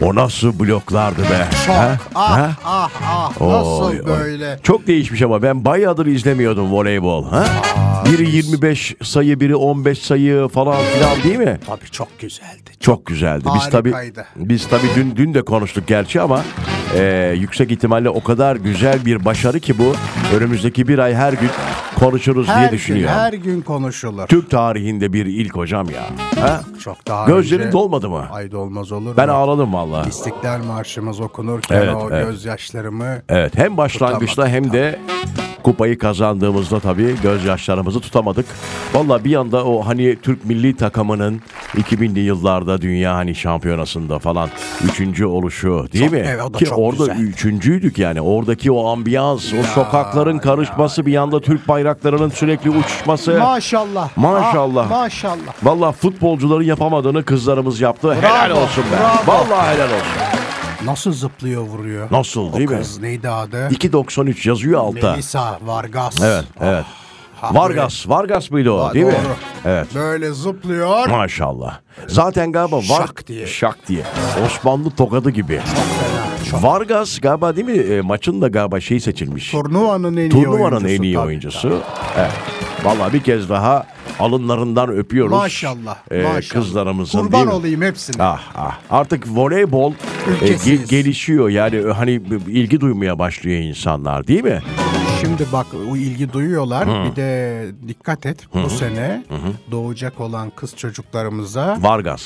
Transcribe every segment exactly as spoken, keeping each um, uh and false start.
O nasıl bloklardı be? Çok. Ha? Ah, Ha? ah ah Oy, nasıl oy. böyle? Çok değişmiş ama ben bayağıdır izlemiyordum voleybol. Ha? Biri yirmi beş sayı, biri on beş sayı falan filan değil mi? Tabii çok güzeldi. Çok güzeldi. Biz tabii Harikaydı. biz tabii dün dün de konuştuk gerçi ama e, yüksek ihtimalle o kadar güzel bir başarı ki bu. Önümüzdeki bir ay her gün konuşuruz Her diye gün, düşünüyorum. her gün konuşulur. Türk tarihinde bir ilk hocam ya. Ha? Çok daha Gözlerin önce... dolmadı mı? Ay dolmaz olur Ben mu? ağladım valla. İstiklal Marşımız okunurken Evet, o evet. gözyaşlarımı... Evet, hem başlangıçta Tutamadık, hem de kupayı kazandığımızda tabii gözyaşlarımızı tutamadık. Valla bir yanda o hani Türk milli takımının iki binli yıllarda dünya hani şampiyonasında falan üçüncü oluşu değil Çok- mi? evet, o da Ki çok orada güzel. üçüncüydük yani. Oradaki o ambiyans, o sokakların karışması, bir yanda Türk bayraklarının sürekli uçuşması. Maşallah. Maşallah. Ah, maşallah. Valla futbolcuların yapamadığını kızlarımız yaptı. Helal olsun be. bravo. Vallahi helal olsun. Nasıl zıplıyor vuruyor. Nasıl değil o mi? kız neydi adı? iki doksan üç yazıyor altta. Melisa Vargas. Evet, evet. Ha, Vargas, Vargas mıydı o Ha, değil mi? doğru. Evet. Böyle zıplıyor. Maşallah. Zaten galiba var... Şak diye. Şak diye. Osmanlı tokadı gibi. Fena, çok. Vargas galiba değil mi? E, maçın da galiba şey seçilmiş. Turnuvanın en iyi Turnuvanın oyuncusu. en iyi tabii, oyuncusu. Evet. Vallahi bir kez daha alınlarından öpüyoruz. Maşallah, e, maşallah. Kızlarımızın Kurban değil mi? olayım hepsine. Ah ah. Artık voleybol e, ge- Ülkesiyiz. gelişiyor. Yani e, hani ilgi duymaya başlıyor insanlar değil mi? Şimdi bak o ilgi duyuyorlar. Bir de dikkat et bu sene doğacak olan kız çocuklarımıza Vargas.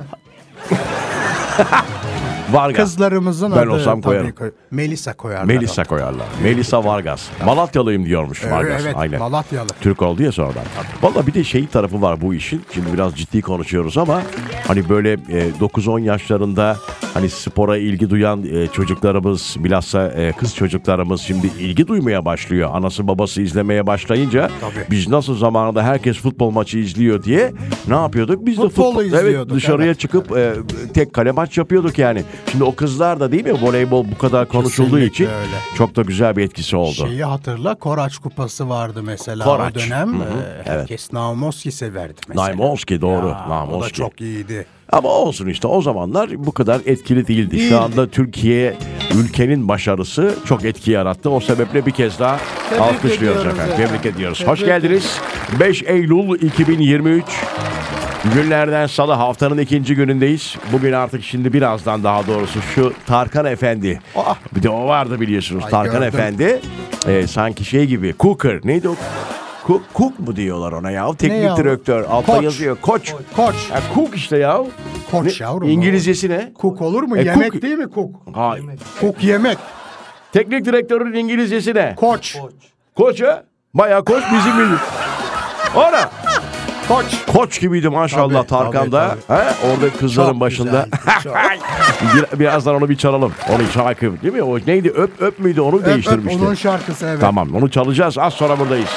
Vargas. kızlarımızın Ben adı olsam tabii koyarım. koy- Melisa koyarlar. Melisa koyarlar. Melisa Vargas. Malatyalıyım diyormuş Evet, Vargas. evet, Aynen. Malatyalı. Türk oldu ya sonradan. Valla bir de şey tarafı var bu işin. Şimdi biraz ciddi konuşuyoruz ama hani böyle e, dokuz on yaşlarında hani spora ilgi duyan e, çocuklarımız, bilhassa e, kız çocuklarımız şimdi ilgi duymaya başlıyor. Anası babası izlemeye başlayınca Tabii. biz nasıl zamanında herkes futbol maçı izliyor diye ne yapıyorduk? Biz Futbolu de futbol, evet, izliyorduk, dışarıya evet. çıkıp e, tek kale maç yapıyorduk yani. Şimdi o kızlar da değil mi? Voleybol bu kadar konuşulduğu Kesinlikle için öyle. çok da güzel bir etkisi oldu. Şeyi hatırla, Koraç Kupası vardı mesela Koraç. o dönem. Hı hı, Ee, evet. Herkes Naumoski severdi mesela. Naumoski doğru. Ya, o da Naumoski. çok iyiydi. Ama olsun işte o zamanlar bu kadar etkili değildi. Değildi. Şu anda Türkiye ülkenin başarısı çok etki yarattı. O sebeple bir kez daha Tebrik alkışlıyoruz ediyoruz efendim. efendim. Tebrik ediyoruz. Tebrik Hoş geldiniz. beş Eylül iki bin yirmi üç günlerden salı, haftanın ikinci günündeyiz. Bugün artık şimdi birazdan, daha doğrusu şu Tarkan Efendi. Aa. Bir de o vardı biliyorsunuz. Ay, Tarkan gördüm. Efendi e, sanki şey gibi, cooker neydi o? Cook, cook mu diyorlar ona ya? Teknik ya? direktör. Altta Koç. yazıyor. Koç. Koç. Ya cook işte ya. Koç Ne- yavrum. İngilizcesi ne? Kuk olur mu? E, yemek cook- değil mi kuk? Hayır. Kuk yemek. Teknik direktörün İngilizcesi ne? Koç. Koç ha? Bayağı koç bizim milli. Ona. Koç. Koç gibiydi maşallah Tabii, Tarkan da. tabii, Ha? Orada kızların Çok başında. güzeldi, çok. Bir, birazdan onu bir çalalım. Onu şarkı değil mi? O neydi? Öp öp müydü? Onu Öp, öp, değiştirmişti. onun şarkısı evet. Tamam, onu çalacağız. Az sonra buradayız.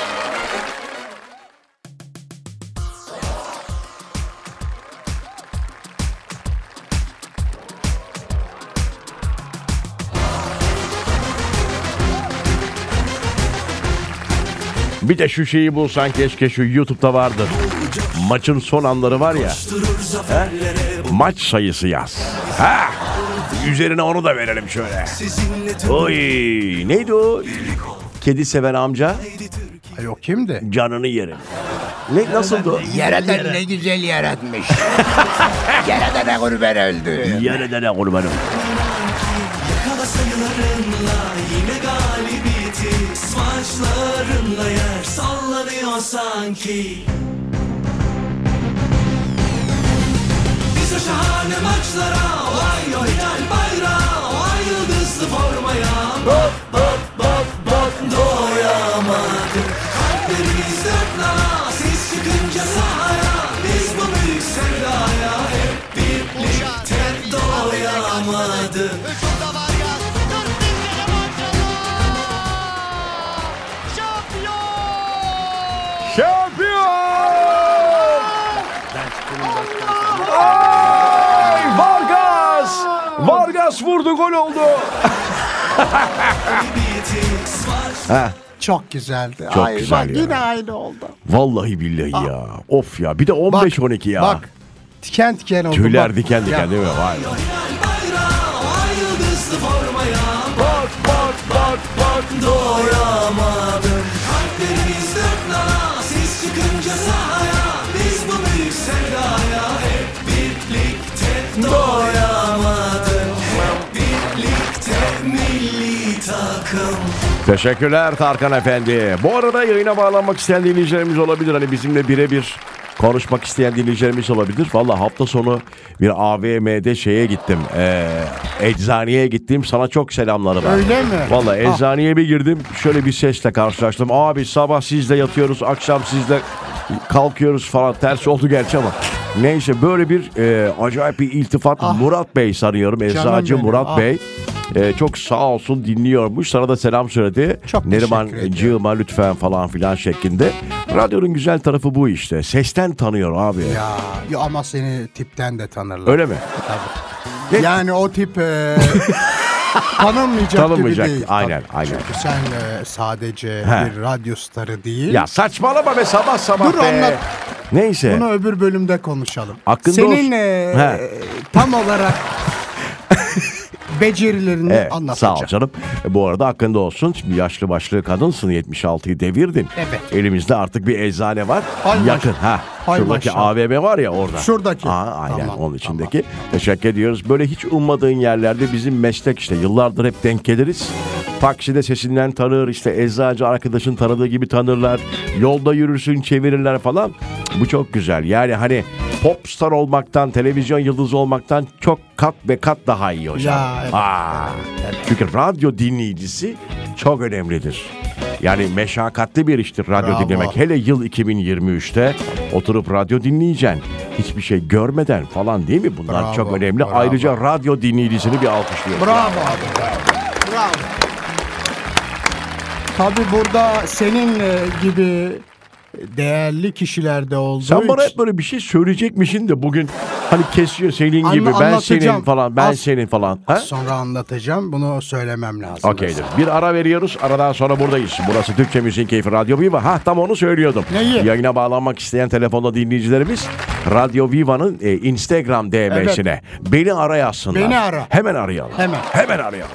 Bir de şu şeyi bulsan keşke, şu YouTube'da vardır. Maçın son anları var ya. He? Maç sayısı yaz. Ha? Üzerine onu da verelim şöyle. Oy, neydi o? Kedi seven amca. Ay, o kimdi? Canını yerim. Ne, nasıldı o? Yereden ne güzel yaratmış. Yereden ne kurban öldü. Yerede ne kurbanım. Yakala sayılarınla yine galibiyeti, smaçlarınla yer sallanıyor sanki. Biz o şahane maçlara, vay o hilal bayrağı, o ay yıldızlı formaya bak bak bak bak doyamadık. Kalplerimiz dört nala, siz çıkınca sahaya, biz bu büyük sevdaya hep birlikte doyamadık. Şampiyon! Ay, Vargas! Vargas vurdu, gol oldu. Ha, Çok güzeldi. Çok Ay, güzel bak, ya. yine aynı oldu. vallahi billahi ya. Of ya. Bir de on beş on iki ya. Bak. Tiken tiken oldu. Tüyler bak. diken diken Ya, değil mi? Vay be. yıldızlı formaya. Bak bak bak bak doyamadım. Kalplerimiz dört nala, siz çıkınca sahaya. Biz bu büyük sevdaya hep birlikte doyamadık. Hep birlikte milli takım. Teşekkürler Tarkan Efendi. Bu arada yayına bağlanmak isteyen dinleyicilerimiz olabilir. Hani bizimle birebir konuşmak isteyen dinleyicilerimiz olabilir. Valla hafta sonu bir A V M'de şeye gittim. Ee, eczaneye gittim. Sana çok selamları var. Öyle mi? Valla eczaneye bir girdim. Şöyle bir sesle karşılaştım. Abi sabah sizle yatıyoruz. Akşam sizle kalkıyoruz falan. Ters oldu gerçi ama. Neyse böyle bir e, acayip bir iltifat. Ah. Murat Bey sanıyorum. Eczacı benim, Murat ah. Bey. Ee, çok sağ olsun dinliyormuş. Sana da selam söyledi. Çok Neriman teşekkür ediyorum. cığıma lütfen falan filan şeklinde. Radyonun güzel tarafı bu işte. Sesten tanıyor abi. Ya, ya ama seni tipten de tanırlar. Öyle mi? Tabii. Yani o tip e, tanınmayacak, Tanınmayacak. gibi değil. Aynen, Tabii. aynen. Çünkü sen e, sadece He. bir radyo starı değil. Ya saçmalama be sabah sabah Dur, be. anlat. Neyse. Bunu öbür bölümde konuşalım. Hakkında Senin olsun. e, He. tam olarak becerilerini Evet, anlatacağım. sağ ol canım. E, bu arada hakkında olsun. Şimdi yaşlı başlı kadınsın. yetmiş altıyı devirdin. Evet. Elimizde artık bir eczane var. Ay Yakın. maşallah. Ha. Ay Şuradaki maşallah. A V M var ya orada. Şuradaki. Aa, aynen Tamam, onun içindeki. Teşekkür ediyoruz. Böyle hiç ummadığın yerlerde bizim meslek işte. Yıllardır hep denk geliriz. Takside sesinden tanır, işte eczacı arkadaşın tanıdığı gibi tanırlar. Yolda yürürsün, çevirirler falan. Bu çok güzel. Yani hani popstar olmaktan, televizyon yıldızı olmaktan çok kat ve kat daha iyi hocam. Ya, evet, Aa, çünkü radyo dinleyicisi çok önemlidir. Yani meşakkatli bir iştir radyo Bravo. dinlemek. Hele yıl iki bin yirmi üçte oturup radyo dinleyeceksin. Hiçbir şey görmeden falan değil mi? Bunlar Bravo, çok önemli. bravo. Ayrıca radyo dinleyicisini bir alkışlıyoruz. Bravo abi. Bravo. Tabii burada senin e, gibi değerli kişiler de olduğu Sen bana için- hep böyle bir şey söyleyecekmişsin de bugün hani kesiyor senin Anla- gibi ben senin anlatacağım. falan ben Az- senin falan. Ha? Sonra anlatacağım. Bunu söylemem lazım. Okeydir. Bir ara veriyoruz. Aradan sonra buradayız. Burası Türkçe Müziğin Keyfi Radyo Viva. Ha tam onu söylüyordum. Neyi? Yayına bağlanmak isteyen telefonda dinleyicilerimiz Radyo Viva'nın e, Instagram D M'sine beni ara yazsınlar. Beni ara. Hemen arayalım. Hemen. Hemen arayalım.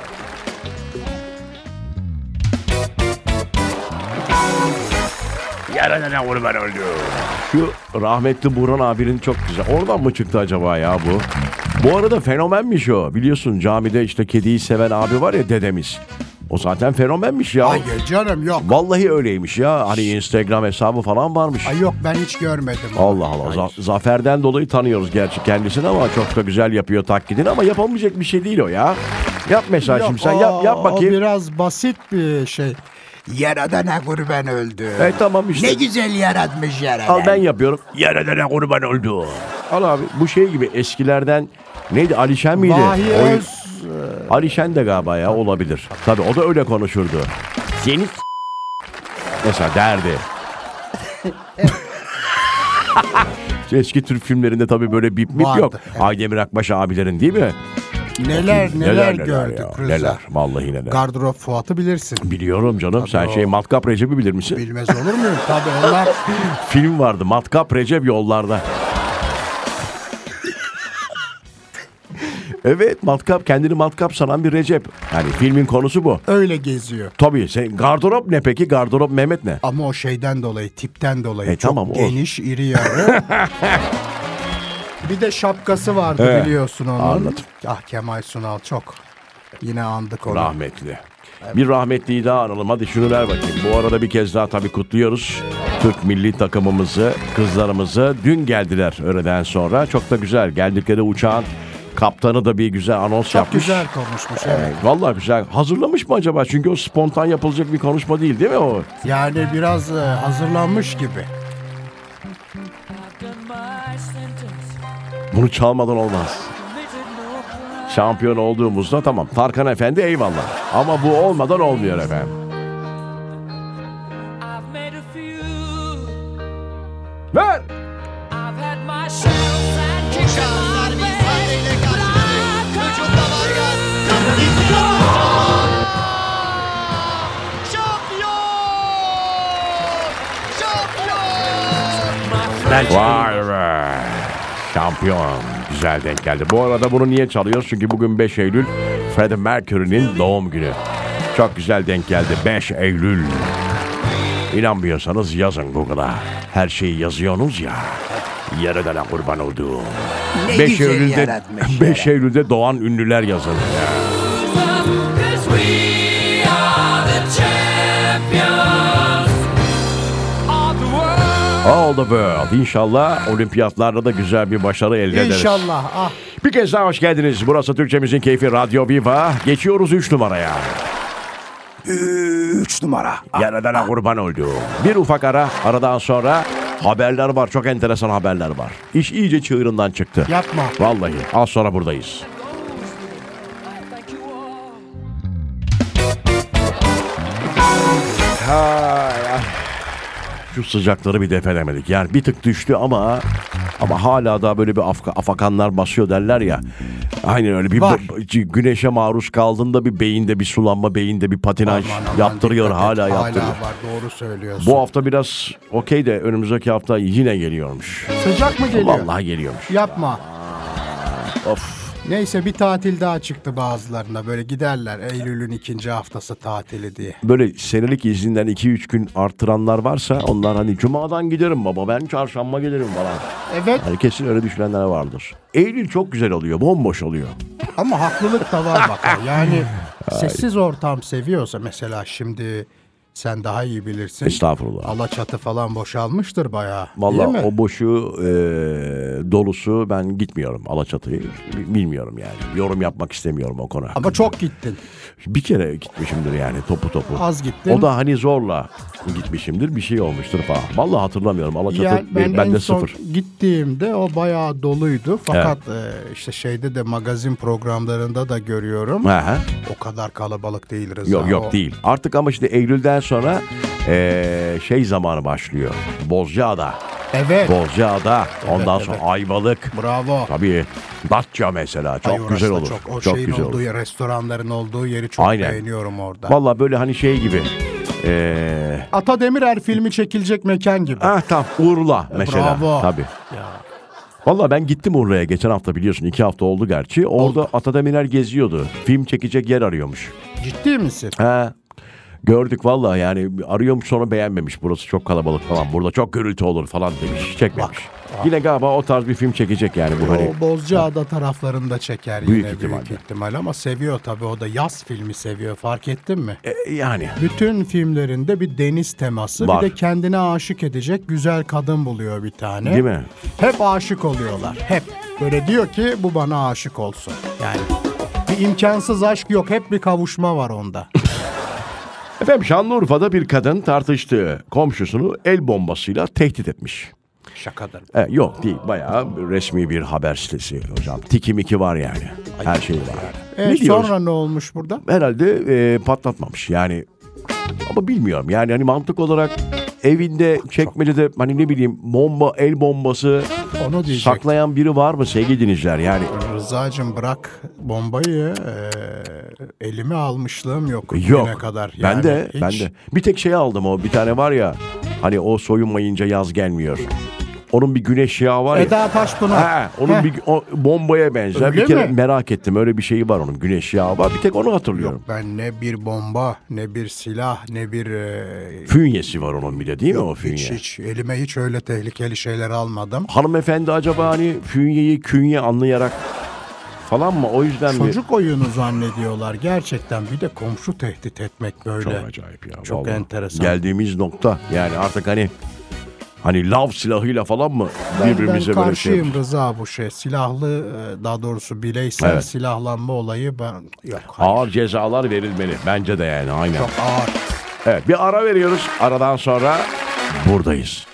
Yerine ne ben öldüm. Şu rahmetli Burhan abinin çok güzel. Oradan mı çıktı acaba ya bu? Bu arada fenomenmiş o. Biliyorsun camide işte kediyi seven abi var ya dedemiz. O zaten fenomenmiş ya. Hayır canım yok. Vallahi öyleymiş ya. Hani Instagram hesabı falan varmış. Ay yok ben hiç görmedim. Allah Allah. Za- Zafer'den dolayı tanıyoruz gerçi kendisini ama çok da güzel yapıyor taklidini ama yapamayacak bir şey değil o ya. Yap mesela Yok, şimdi sen o- yap, yap bakayım. O biraz basit bir şey. Yaradana kurban öldü. E tamam işte. Ne güzel yaratmış Yaradan. Al ben yapıyorum. Yere de kurban oldu. Al abi bu şey gibi eskilerden neydi Alişen miydi? Vahiy Oyun- Öz. Alişen de galiba ya olabilir. Tabii o da öyle konuşurdu. Seni s- mesela derdi. Eski Türk filmlerinde tabii böyle bip bip Vardı, yok. evet. Aydemir Akbaş abilerin değil mi? Neler neler, gördük ya, Rıza. neler vallahi neler. Gardırop Fuat'ı bilirsin. Biliyorum canım sen o. şey Matkap Recep'i bilir misin? Bilmez olur muyum? Tabii onlar Film vardı Matkap Recep yollarda. Evet matkap kendini matkap sanan bir Recep. Yani filmin konusu bu. öyle geziyor. Tabii sen gardırop ne peki? Gardırop Mehmet ne? Ama o şeyden dolayı, tipten dolayı E, çok tamam, o. geniş, iri yarı. Bir de şapkası vardı Evet, biliyorsun onun. anladım. Ah Kemal Sunal çok. Yine andık onu. Rahmetli. Bir rahmetliyi daha analım. Hadi şunu ver bakayım. Bu arada bir kez daha tabii kutluyoruz. Türk milli takımımızı, kızlarımızı. Dün geldiler öğleden sonra. Çok da güzel. Geldikleri uçağın kaptanı da bir güzel anons Çok yapmış. güzel konuşmuş evet. Evet, vallahi güzel. Hazırlamış mı acaba? Çünkü o spontan yapılacak bir konuşma değil değil mi o? Yani biraz e, hazırlanmış gibi. Bunu çalmadan olmaz. Şampiyon olduğumuzda tamam. Tarkan Efendi eyvallah. Ama bu olmadan olmuyor efendim. I've made a few. Ver! I've had my shells and kicks in my face, but I've Vay be! Şampiyon. Güzel denk geldi. Bu arada bunu niye çalıyoruz? Çünkü bugün beş Eylül Freddie Mercury'nin doğum günü. Çok güzel denk geldi. beş Eylül. İnanmıyorsanız yazın Google'a. Her şeyi yazıyorsunuz ya. Yaradana kurban olduğum. Ne beş güzel Eylül'de yaratmış beş Eylül'de doğan ünlüler yazın ya. 'Cause we are the champions of the world. All the world. İnşallah olimpiyatlarda da güzel bir başarı elde ederiz. İnşallah. Ah. Bir kez daha hoş geldiniz. Burası Türkçemizin keyfi Radyo Viva. Geçiyoruz üç numaraya. Üç numara. Yaradana kurban olduğum. Bir ufak ara. Aradan sonra haberler var. Çok enteresan haberler var. İş iyice çığırından çıktı. Yapma. Vallahi az sonra buradayız. Thank you all. Hay, ay. Şu sıcakları bir def edemedik. Yani bir tık düştü ama ama hala da böyle bir afka, afakanlar basıyor derler ya. Aynen öyle bir Var. b- güneşe maruz kaldığında bir beyinde bir sulanma, beyinde bir patinaj Aman aman, yaptırıyor, dikkat et. hala yaptırıyor. Hala var, doğru söylüyorsun. Bu hafta biraz okey de önümüzdeki hafta yine geliyormuş. Sıcak mı geliyor? Vallahi geliyormuş. Yapma. Of. Neyse bir tatil daha çıktı bazılarına. Böyle giderler Eylül'ün ikinci haftası tatili diye. Böyle senelik izinden iki üç gün arttıranlar varsa onlar hani cumadan giderim baba, ben çarşamba gelirim falan. Evet Hani kesin öyle düşünenler vardır. Eylül çok güzel oluyor, bomboş oluyor. ama haklılık da var bak. Yani sessiz ortam seviyorsa mesela şimdi sen daha iyi bilirsin. Estağfurullah. Alaçatı falan boşalmıştır bayağı. değil Vallahi mi? o boşu e, dolusu ben gitmiyorum Alaçatı'yı. Bi- Bilmiyorum yani. Yorum yapmak istemiyorum o konu hakkında. Ama çok gittin. Bir kere gitmişimdir yani topu topu. Az gittin. O da hani zorla gitmişimdir, bir şey olmuştur falan. Vallahi hatırlamıyorum. Alaçatı Yani ben bende en son sıfır. gittiğimde o bayağı doluydu. Fakat e, işte şeyde de magazin programlarında da görüyorum. Hı hı. O kadar kalabalık değil Rıza. Yok yok O- değil. Artık ama işte Eylül'den sonra eee, şey zamanı başlıyor. Bozcaada. Evet. Bozcaada. Ondan evet. sonra Ayvalık. Bravo. Tabii. Datça mesela. Çok Ay, orası güzel da olur. Çok, o Çok şeyin güzel olduğu olur. yer, restoranların olduğu yeri çok Aynen. beğeniyorum orada. Vallahi böyle hani şey gibi. Eee Ata Demirer filmi çekilecek mekan gibi. ah tam Urla mesela. Bravo. Tabii. Ya. Vallahi ben gittim Urla'ya geçen hafta, biliyorsun. iki hafta oldu gerçi. Orada Atademirer geziyordu. Film çekecek yer arıyormuş. Ciddi misin? He. Gördük vallahi, yani arıyormuş, sonra beğenmemiş. Burası çok kalabalık falan. Burada çok gürültü olur falan demiş. Çekmemiş. Yine galiba o tarz bir film çekecek yani bu hani. O Bozcaada taraflarında çeker Büyük yine ihtimalle. büyük ihtimal ama seviyor tabii, o da yaz filmi seviyor, fark ettin mi? E, yani. Bütün filmlerinde bir deniz teması, Var. bir de kendine aşık edecek güzel kadın buluyor bir tane. Değil mi? Hep aşık oluyorlar, hep. Böyle diyor ki bu bana aşık olsun. Yani bir imkansız aşk yok, hep bir kavuşma var onda. Efendim, Şanlıurfa'da bir kadın tartıştığı komşusunu el bombasıyla tehdit etmiş. Şakadır. E, yok değil, bayağı resmi bir haber sitesi hocam. Tiki miki var yani. Her şey var. E, Ne diyoruz? sonra ne olmuş burada? Herhalde e, patlatmamış yani. Ama bilmiyorum yani, hani mantık olarak evinde çekmecede hani ne bileyim bomba, el bombası Onu diyecek. saklayan biri var mı sevgili dinleyiciler yani? Rıza'cığım bırak bombayı, e, elime almışlığım yok. Yok. bugüne kadar. Ben Yani de hiç- ben de bir tek şey aldım, o bir tane var ya, hani o soyunmayınca yaz gelmiyor. Onun bir güneş yağı var ya. Eda Taşpınar. Ha, onun Heh. bir o, bombaya benzer. Öyle bir kere mi? merak ettim. Öyle bir şeyi var onun. Güneş yağı var. Bir tek onu hatırlıyorum. Yok, ben ne bir bomba, ne bir silah, ne bir... e, Fünyesi var onun bir de, değil mi o yok, fünye? hiç, hiç. Elime hiç öyle tehlikeli şeyler almadım. Hanımefendi acaba hani fünyeyi künye anlayarak falan mı? O yüzden mi? Çocuk oyunu zannediyorlar gerçekten. Bir de komşu tehdit etmek böyle. Çok acayip ya. Çok vallahi. enteresan. Geldiğimiz nokta. Yani artık hani hani lav silahıyla falan mı Ben, ben birbirimize böyle şey karşıyım yapıyoruz? Rıza bu şey. Silahlı, e, daha doğrusu bireysel Evet. silahlanma olayı ben... Yok, hayır. Ağır cezalar verilmeli. Bence de yani, aynen. Çok ağır. Evet, bir ara veriyoruz. Aradan sonra buradayız.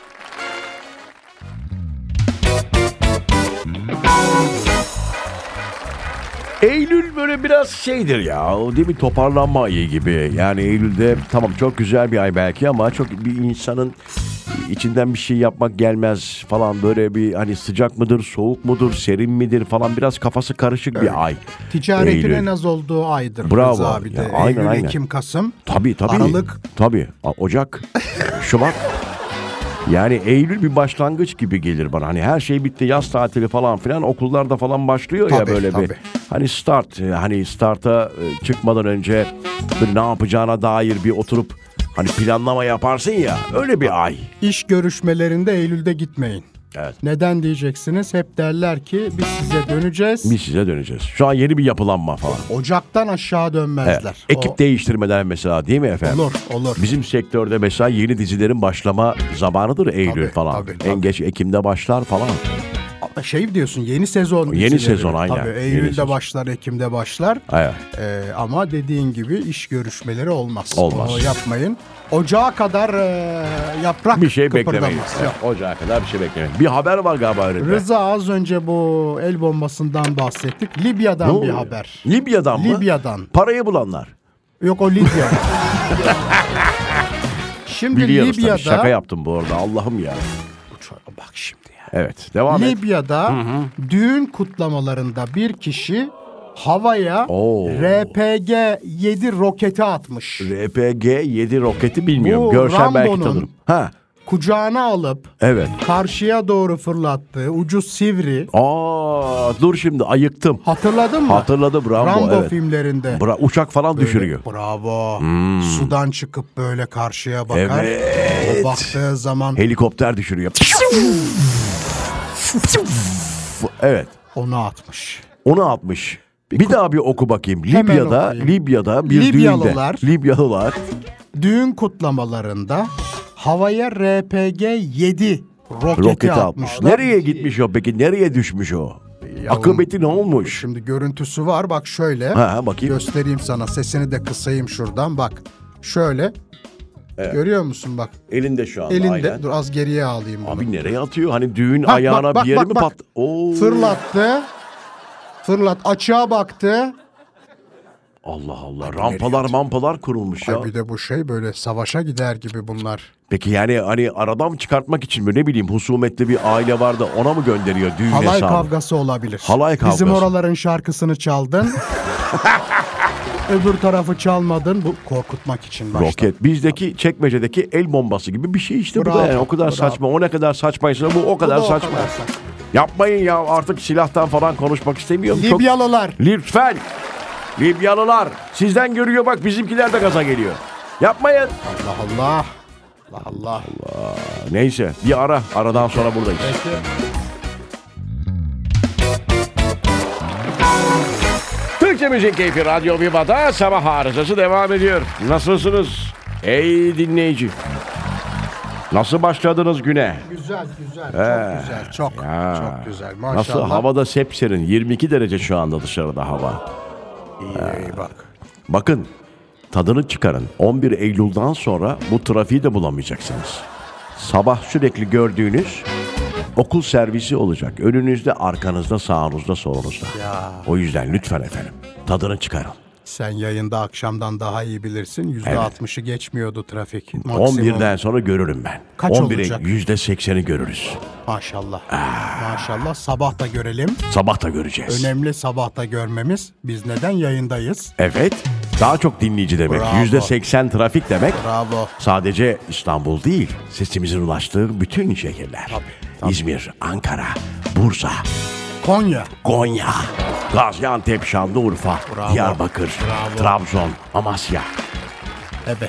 Eylül böyle biraz şeydir ya, o değil mi, toparlanma ayı gibi. Yani Eylül'de tamam çok güzel bir ay belki ama çok bir insanın içinden bir şey yapmak gelmez falan, böyle bir hani sıcak mıdır, soğuk mudur, serin midir falan, biraz kafası karışık bir ay. Ticaretin Eylül. en az olduğu aydır. Bravo Rıza abi bir ya, de. aynen, Eylül, aynen. Ekim, Kasım. Tabii tabii. Aralık. Tabii. A- Ocak, Şubat. Yani Eylül bir başlangıç gibi gelir bana. Hani her şey bitti, yaz tatili falan filan, okullarda falan başlıyor ya Tabii, böyle bir. tabii. Hani start, hani starta e, çıkmadan önce bir ne yapacağına dair bir oturup hani planlama yaparsın ya, öyle bir ay. İş görüşmelerinde Eylül'de gitmeyin. Evet. Neden diyeceksiniz? Hep derler ki biz size döneceğiz. Biz size döneceğiz. Şu an yeni bir yapılanma falan. Ocaktan aşağı Evet. dönmezler. Ekip O- değiştirmeden mesela, değil mi efendim? Olur, olur. Bizim sektörde mesela yeni dizilerin başlama zamanıdır Eylül Tabii, falan. tabii, En tabii. geç Ekim'de başlar falan. Şey diyorsun, yeni sezon Yeni dizileri. sezon, aynen. Tabii Yeni Eylül'de sezon. başlar, Ekim'de başlar. Evet. Ee, ama dediğin gibi iş görüşmeleri olmaz. Olmaz. Onu yapmayın. Ocağa kadar e, yaprak Bir şey kıpırdamaz. beklemeyin. Yok. Evet, Ocağa kadar bir şey beklemeyin. Bir haber var galiba önünde. Rıza, az önce bu el bombasından bahsettik. Ne Libya'dan bir oluyor? haber. Libya'dan mı? Libya'dan. Parayı bulanlar. Yok, o Libya. Şimdi Biliyoruz Libya'da tabii. Şaka yaptım bu arada. Allah'ım ya. bak şimdi ya. Evet. Devam et. Libya'da düğün kutlamalarında bir kişi havaya Oo. R P G yedi roketi atmış. R P G yedi roketi bilmiyorum. Bu Görsem belki Rambo'nun- tanırım. Ha. Kucağına alıp Evet. karşıya doğru fırlattığı ucu sivri. Aa, dur şimdi ayıktım. Hatırladın mı? Hatırladım, Rambo, Rambo evet. filmlerinde. Bra uçak falan Böyle, düşürüyor. Bravo. Sudan çıkıp böyle karşıya bakar. Evet. O baktığı zaman Helikopter düşürüyor. Evet. onu atmış. Onu atmış. Bir daha bir oku bakayım. Hemen Libya'da, okuyayım. Libya'da bir Libyalılar- düğünde. Libyalılar. Düğün kutlamalarında havaya R P G yedi roketi, Roketi atmış. atmışlar. Nereye gitmiş o peki? Nereye düşmüş o? Akıbeti ne olmuş? Şimdi görüntüsü var, bak şöyle. Ha, bakayım. Göstereyim sana, sesini de kısayım şuradan, bak. Şöyle. Görüyor musun bak. Elinde şu anda. Elinde. aynen. Dur az geriye alayım bunu. Abi nereye atıyor? Hani düğün Bak, ayağına bak, bak, bir yeri bak, mi bak. pat? Oo. Fırlattı. Fırlat, açığa baktı. Allah Allah. Rampalar mampalar kurulmuş ya. Ay bir de bu şey böyle savaşa gider gibi bunlar. Peki yani hani aradan çıkartmak için mi, ne bileyim, husumetli bir aile var da ona mı gönderiyor düğün Halay hesabı? kavgası olabilir. Halay kavgası. Bizim oraların şarkısını çaldın. Öbür tarafı çalmadın. Bu korkutmak için başta. Roket. Bizdeki çekmecedeki el bombası gibi bir şey işte bu Bravo, da yani. O kadar bravo. saçma. O ne kadar saçmaysa bu o Bu kadar da o saçma. kadar saçma. Yapmayın ya, artık silahtan falan konuşmak istemiyorum. Çok- Libyalılar. Lütfen. Libyalılar. Sizden görüyor bak, bizimkiler de gaza geliyor. Yapmayın. Allah Allah. Allah Allah. Neyse bir ara. Aradan sonra buradayız. Peki. Türkçe Müzik Keyfi Radyo Viva'da sabah arızası devam ediyor. Nasılsınız ey dinleyici? Nasıl başladınız güne? Güzel güzel. Çok güzel. Çok. Ya. Çok güzel. Maşallah. Nasıl? Havada sepserin. yirmi iki derece şu anda dışarıda hava. İyi, iyi bak. Bakın, tadını çıkarın. on bir Eylül'den sonra bu trafiği de bulamayacaksınız. Sabah sürekli gördüğünüz okul servisi olacak. Önünüzde, arkanızda, sağınızda, solunuzda. Ya. O yüzden lütfen efendim, tadını çıkarın. Sen yayında akşamdan daha iyi bilirsin. yüzde altmışı geçmiyordu trafik. on Maksimum. birden sonra görürüm ben. Kaç on bire olacak? yüzde sekseni görürüz. Maşallah. Maşallah. Sabah da görelim. Sabah da göreceğiz. Önemli sabah da görmemiz. Biz neden yayındayız? Evet, daha çok dinleyici demek. Bravo. yüzde seksen trafik demek. Bravo. Sadece İstanbul değil, sesimizin ulaştığı bütün şehirler. Tabii, tabii. İzmir, Ankara, Bursa, Konya. Konya, Gaziantep, Şanlıurfa, Bravo. Diyarbakır, Bravo. Trabzon, Amasya. Evet.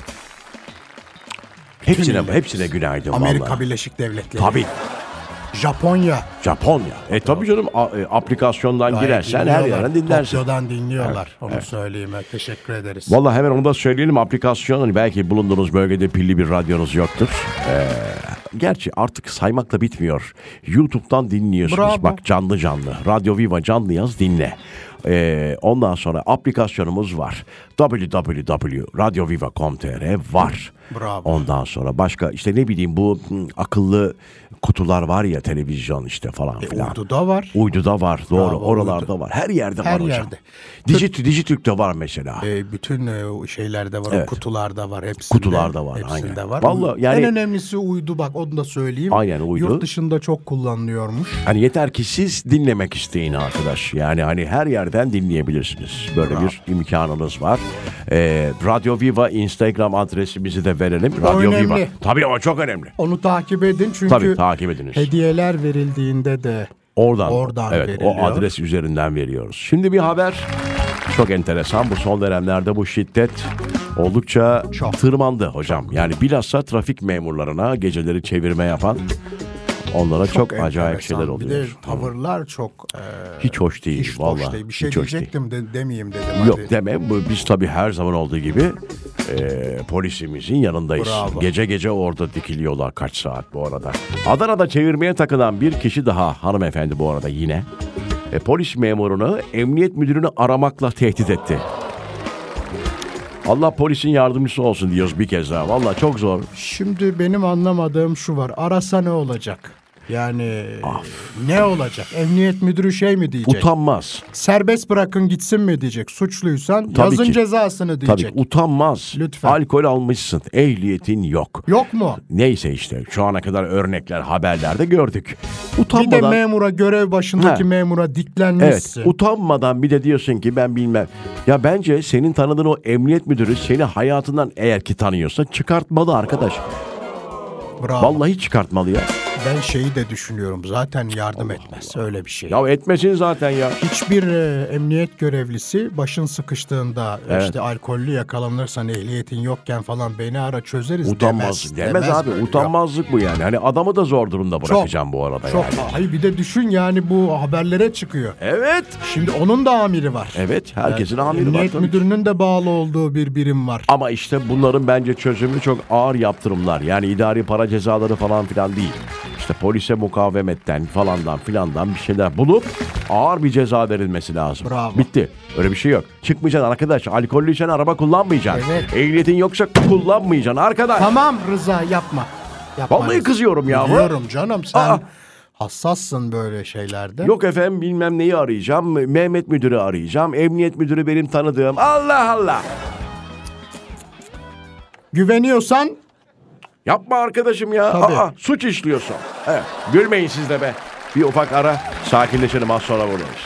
Hepsine millet. hepsine günaydın Amerika vallahi. Birleşik Devletleri. Tabii, Japonya. Japonya. E tabii canım, a- e, aplikasyondan Gayet girersen her dinliyorlar. yerden dinlersin. Tokyo'dan dinliyorlar. Onu söyleyeyim. Teşekkür ederiz. Vallahi hemen onu da söyleyelim. Aplikasyon, hani belki bulunduğunuz bölgede pilli bir radyonuz yoktur. Ee, gerçi artık saymakla bitmiyor. YouTube'dan dinliyorsunuz. Bravo. Bak, canlı canlı. Radyo Viva canlı yaz dinle. Ee, ondan sonra aplikasyonumuz var. double-u double-u double-u nokta radyo viva nokta com nokta t r var. Bravo. Ondan sonra başka işte ne bileyim bu hı, akıllı kutular var ya, televizyon işte falan E, filan. Uydu'da var. Uydu'da var. Doğru. Bravo, Oralarda uydu. var. Her yerde Her var hocam. yerde. Dijit, Dijitürk'te var mesela. E, bütün e, o şeylerde var. Evet. Kutularda var. Hepsinde. Kutularda var, Hepsinde aynen. var. Vallahi yani- En önemlisi uydu, bak onu da söyleyeyim. Aynen, uydu. Yurt dışında çok kullanılıyormuş. Hani yeter ki siz dinlemek isteyin arkadaş. Yani hani her yerde yerden dinleyebilirsiniz. Böyle bir imkanınız var. Ee, Radyo Viva Instagram adresimizi de verelim. O Radyo önemli. Viva. Tabii o çok önemli. Onu takip edin çünkü Tabii takip ediniz. hediyeler verildiğinde de Oradan, Oradan evet, veriliyor. o adres üzerinden veriyoruz. Şimdi bir haber çok enteresan. Bu son dönemlerde bu şiddet oldukça Çok. tırmandı hocam. Yani bilhassa trafik memurlarına geceleri çevirme yapan onlara çok, acayip enteresan. şeyler oluyor. Bir de tavırlar çok e, Hiç hoş değil. hiç vallahi. hoş değil. Bir şey hiç hoş değil. diyecektim de demeyeyim dedim. Yok hadi. deme. Bu- Biz tabii her zaman olduğu gibi e, polisimizin yanındayız. Bravo. Gece gece orada dikiliyorlar kaç saat bu arada. Adana'da çevirmeye takılan bir kişi daha hanımefendi bu arada yine. E, polis memurunu emniyet müdürünü aramakla tehdit etti. Allah polisin yardımcısı olsun diyoruz bir kez daha. Vallahi çok zor. Şimdi benim anlamadığım şu var. Arasa ne olacak? Yani ne olacak? Emniyet müdürü şey mi diyecek? Utanmaz. Serbest bırakın gitsin mi diyecek? Suçluysan Tabii yazın ki. cezasını Tabii diyecek. utanmaz. Lütfen. Alkol almışsın. Ehliyetin yok. Yok mu? Neyse işte şu ana kadar örnekler haberlerde gördük. Bir de Utanmadan memura, görev başındaki He. memura evet, diklenmişsin. utanmadan bir de diyorsun ki ben bilmem. Ya bence senin tanıdığın o emniyet müdürü seni hayatından eğer ki tanıyorsa çıkartmalı arkadaş. Bravo. Vallahi çıkartmalı ya. Ben şeyi de düşünüyorum. Zaten yardım etmez. Öyle bir şey. Ya etmesin zaten ya. Hiçbir e, emniyet görevlisi başın sıkıştığında Evet. işte alkollü yakalanırsan ehliyetin yokken falan beni ara çözeriz Utanmaz. demez. Demez abi. böyle. Utanmazlık bu yani. Hani adamı da zor durumda Çok, bırakacağım bu arada Çok. yani. Hayır bir de düşün yani bu haberlere çıkıyor. Evet. Şimdi onun da amiri var. Evet. Herkesin amiri var Emniyet tabii. müdürünün de bağlı olduğu bir birim var. Ama işte bunların bence çözümü çok ağır yaptırımlar. Yani idari para cezaları falan filan değil. İşte polise mukavemetten falandan filandan bir şeyler bulup ağır bir ceza verilmesi lazım. Bravo. Bitti. Öyle bir şey yok. Çıkmayacaksın arkadaş. Alkollüysen araba kullanmayacaksın. Evet. Ehliyetin yoksa kullanmayacaksın arkadaş. Tamam Rıza yapma. Yapma Vallahi Rıza. kızıyorum ya. Biliyorum canım sen Aa. hassassın böyle şeylerde. Yok efendim bilmem neyi arayacağım. Mehmet müdürü arayacağım. Emniyet müdürü benim tanıdığım. Allah Allah. Güveniyorsan Yapma arkadaşım ya. Tabii. Aa, suç işliyorsun. Evet. Gülmeyin siz de be. Bir ufak ara. Sakinleşelim az sonra buradayız.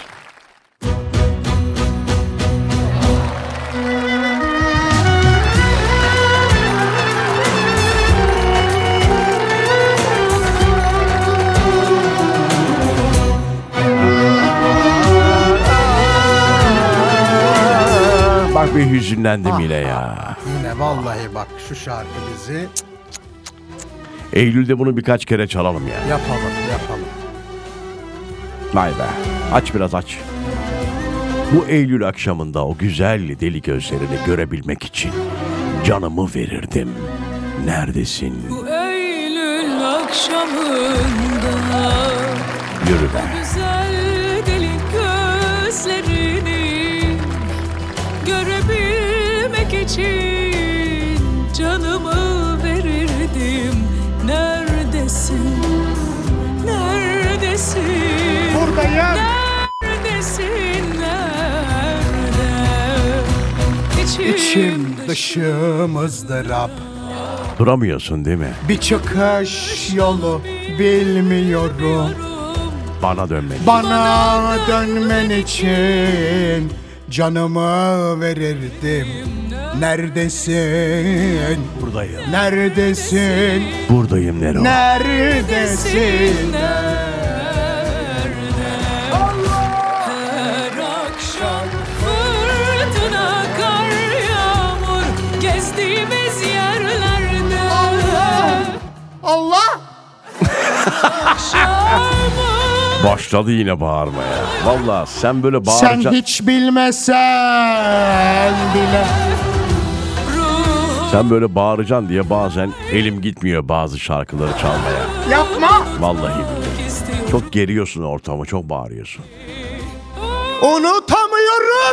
Bak bir hüzünlendim yine ya. yine vallahi bak şu şarkı bizi Eylül'de bunu birkaç kere çalalım ya. yapalım yapalım. Vay be. Aç biraz aç. Bu Eylül akşamında o güzel deli gözlerini görebilmek için canımı verirdim. Neredesin? Bu Eylül akşamında Yürü be. güzel deli gözlerini görebilmek için canımı verirdim. Neredesin? Neredesin? Buradayım. Neredesin? Nerede? İçim dışım ızdırap. Duramıyorsun değil mi? Bir çıkış yolu bilmiyorum. Bana dönmek. Bana dönmen için canımı verirdim. Neredesin? Buradayım. Neredesin? Buradayım Nero. Neredesin? Her akşam fırtına, kar, yağmur gezdiğimiz yerlerde Allah! akşamı Başladı yine bağırmaya. Vallahi sen böyle Sen bağıracaksın. hiç bilmesen bile. Sen böyle bağıracaksın diye bazen elim gitmiyor bazı şarkıları çalmaya. Yapma! Vallahi billahi. istiyorum. Çok geriyorsun ortamı, çok bağırıyorsun. Unutamıyorum.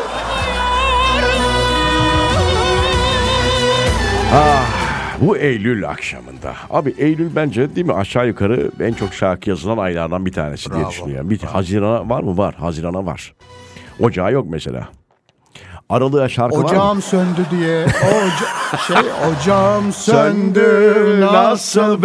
Bu Eylül akşamında. Abi Eylül bence değil mi aşağı yukarı en çok şarkı yazılan aylardan bir tanesi diye Bravo. düşünüyorum. Bir Haziran'a var mı? Var. Haziran'a var. Ocağı yok mesela. Aralığa şarkı var mı? Ocağım söndü diye. Oca şey ocağım söndü nasıl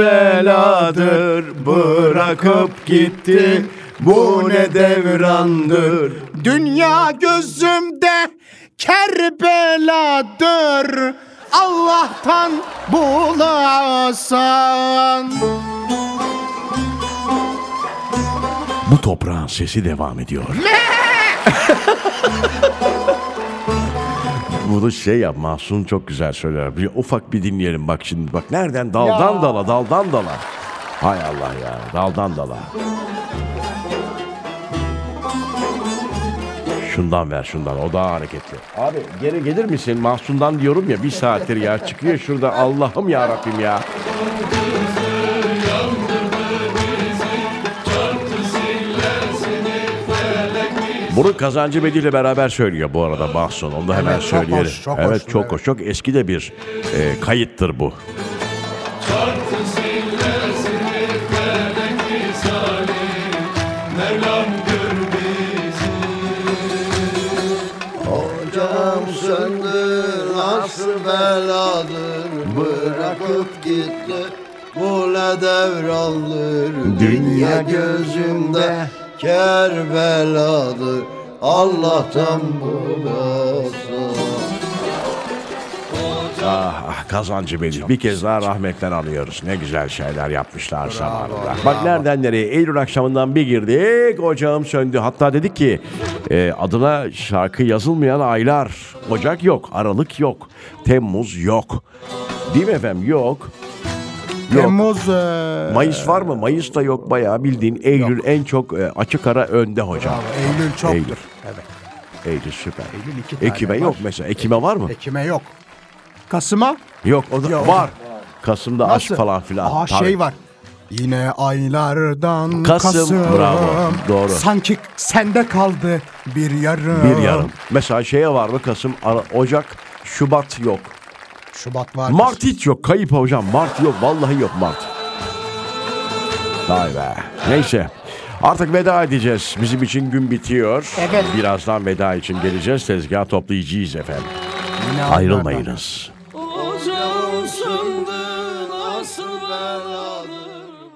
beladır bırakıp gitti. Bu ne devrandır Dünya gözümde Kerbeladır. Allah'tan bulasın. Bu toprağın sesi devam ediyor. Bunu şey yap, Mahsun çok güzel söyler. Bir ufak bir dinleyelim bak şimdi. Bak nereden? Daldan Ya. dala, daldan dala. Hay Allah ya, daldan dala. Şundan ver şundan, o daha hareketli. Abi geri gelir misin? Mahsun'dan diyorum ya, bir saattir ya çıkıyor şurada. Allah'ım ya Rabbim ya. Bunu Kazancı Bedi ile beraber söylüyor bu arada Mahsun. Onu da hemen Evet, çok söyleyelim. hoş, çok evet hoş, çok evet. hoş. Çok eski de bir e, kayıttır bu. Hocam söndü nasıl beladır, bırakıp gitti bu ne devrandır. Dünya gözümde Kerbeladır, Allah'tan bulasın. Ah, ah Kazancı Bedi. Bir kez daha rahmetten anıyoruz. Ne güzel şeyler yapmışlar zamanında. Bak nereden nereye. Eylül akşamından bir girdik. Ocağım söndü. Hatta dedik ki e, adına şarkı yazılmayan aylar. Ocak yok. Aralık yok. Temmuz yok. Değil mi efendim? Yok. Yok. Temmuz... e, Mayıs var mı? Mayıs da yok bayağı bildiğin. Eylül en çok e, açık ara önde hocam. Bravo, Eylül çoktur. Eylül. Evet. Eylül süper. Eylül iki tane Ekim'e var. yok mesela. Ekim'e var mı? Ekim'e yok. Kasım'a? Yok o da Yok. var. Kasım'da aşk Nasıl? falan filan. Aa Tabii. şey var. Yine aylardan Kasım, Kasım. bravo, doğru. Sanki sende kaldı bir yarım. Bir yarım. Mesela şeye var mı? Kasım, Ara- Ocak, Şubat yok. Şubat var. Mart hiç yok. Kayıp hocam. Mart yok. Vallahi yok Mart. Vay be. Neyse. Artık veda edeceğiz. Bizim için gün bitiyor. Evet. Birazdan veda için geleceğiz. Tezgah toplayacağız efendim. Yine aylardan. Ayrılmayınız. Hocam söndü nasıl beladır.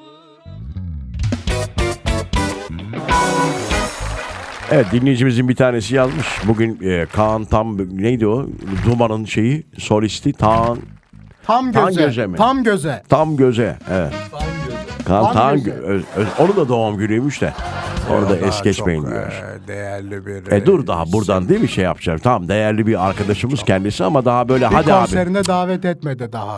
Evet, dinleyicimizin bir tanesi yazmış. Bugün e, Kaan Tam neydi o? Duman'ın şeyi solisti Taan Tam Tam göze. göze mi? Tam göze. Tam Göze. Evet. Kaan Tam Tam Göze. Gö- Ö- Ö- Onu da doğum günüymüş de. Onu da Daha es geçmeyin çok, diyor. e, değerli bir... E dur daha buradan değil mi şey yapacağım? Tamam, değerli bir arkadaşımız kendisi ama daha böyle bir hadi abi. konserine davet etmedi daha.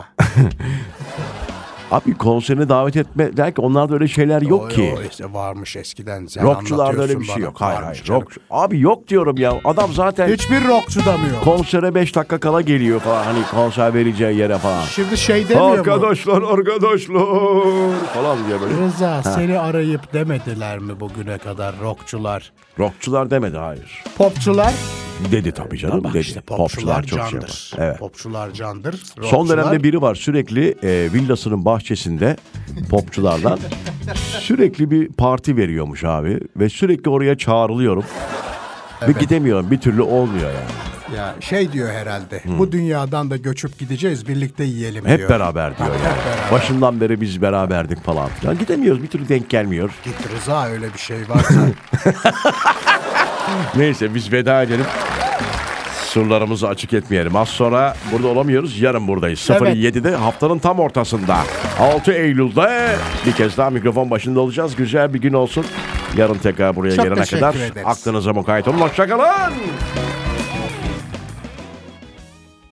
Abi konserine davet etme der ki onlarda öyle şeyler yok O- ki. o işte varmış eskiden. Sen Rockçularda öyle bir anlatıyorsun şey bana. yok. Hayır Varmış hayır. canım. Rock, abi yok diyorum ya. Adam zaten Hiçbir rockçu da mı yok? konsere beş dakika kala geliyor falan. Hani konser vereceği yere falan. Şimdi şey demiyor mu? Arkadaşlar arkadaşlar falan diye böyle. Rıza seni arayıp demediler mi bugüne kadar rockçular? Rockçular demedi hayır. Popçular? Dedi tabii canım Bak dedi. işte popçular, çok şey candır. yapar. Evet. Popçular candır. Son rockçular- dönemde biri var sürekli e, villasının bahçesinde popçulardan sürekli bir parti veriyormuş abi ve sürekli oraya çağrılıyorum ve gidemiyorum, bir türlü olmuyor yani. Ya şey diyor herhalde. Bu dünyadan da göçüp gideceğiz, birlikte yiyelim Hep diyor. beraber diyor Hep yani. beraber. Başından beri biz beraberdik falan filan. Gidemiyoruz, bir türlü denk gelmiyor. Git Rıza, öyle bir şey varsa. Neyse biz veda edelim. Surlarımızı açık etmeyelim. Az sonra burada olamıyoruz. Yarın buradayız. sıfır yedide haftanın tam ortasında. altı Eylül'de bir kez daha mikrofon başında olacağız. Güzel bir gün olsun. Yarın tekrar buraya Çok gelene teşekkür kadar ederiz. aklınıza mukayyet olun. Hoşçakalın.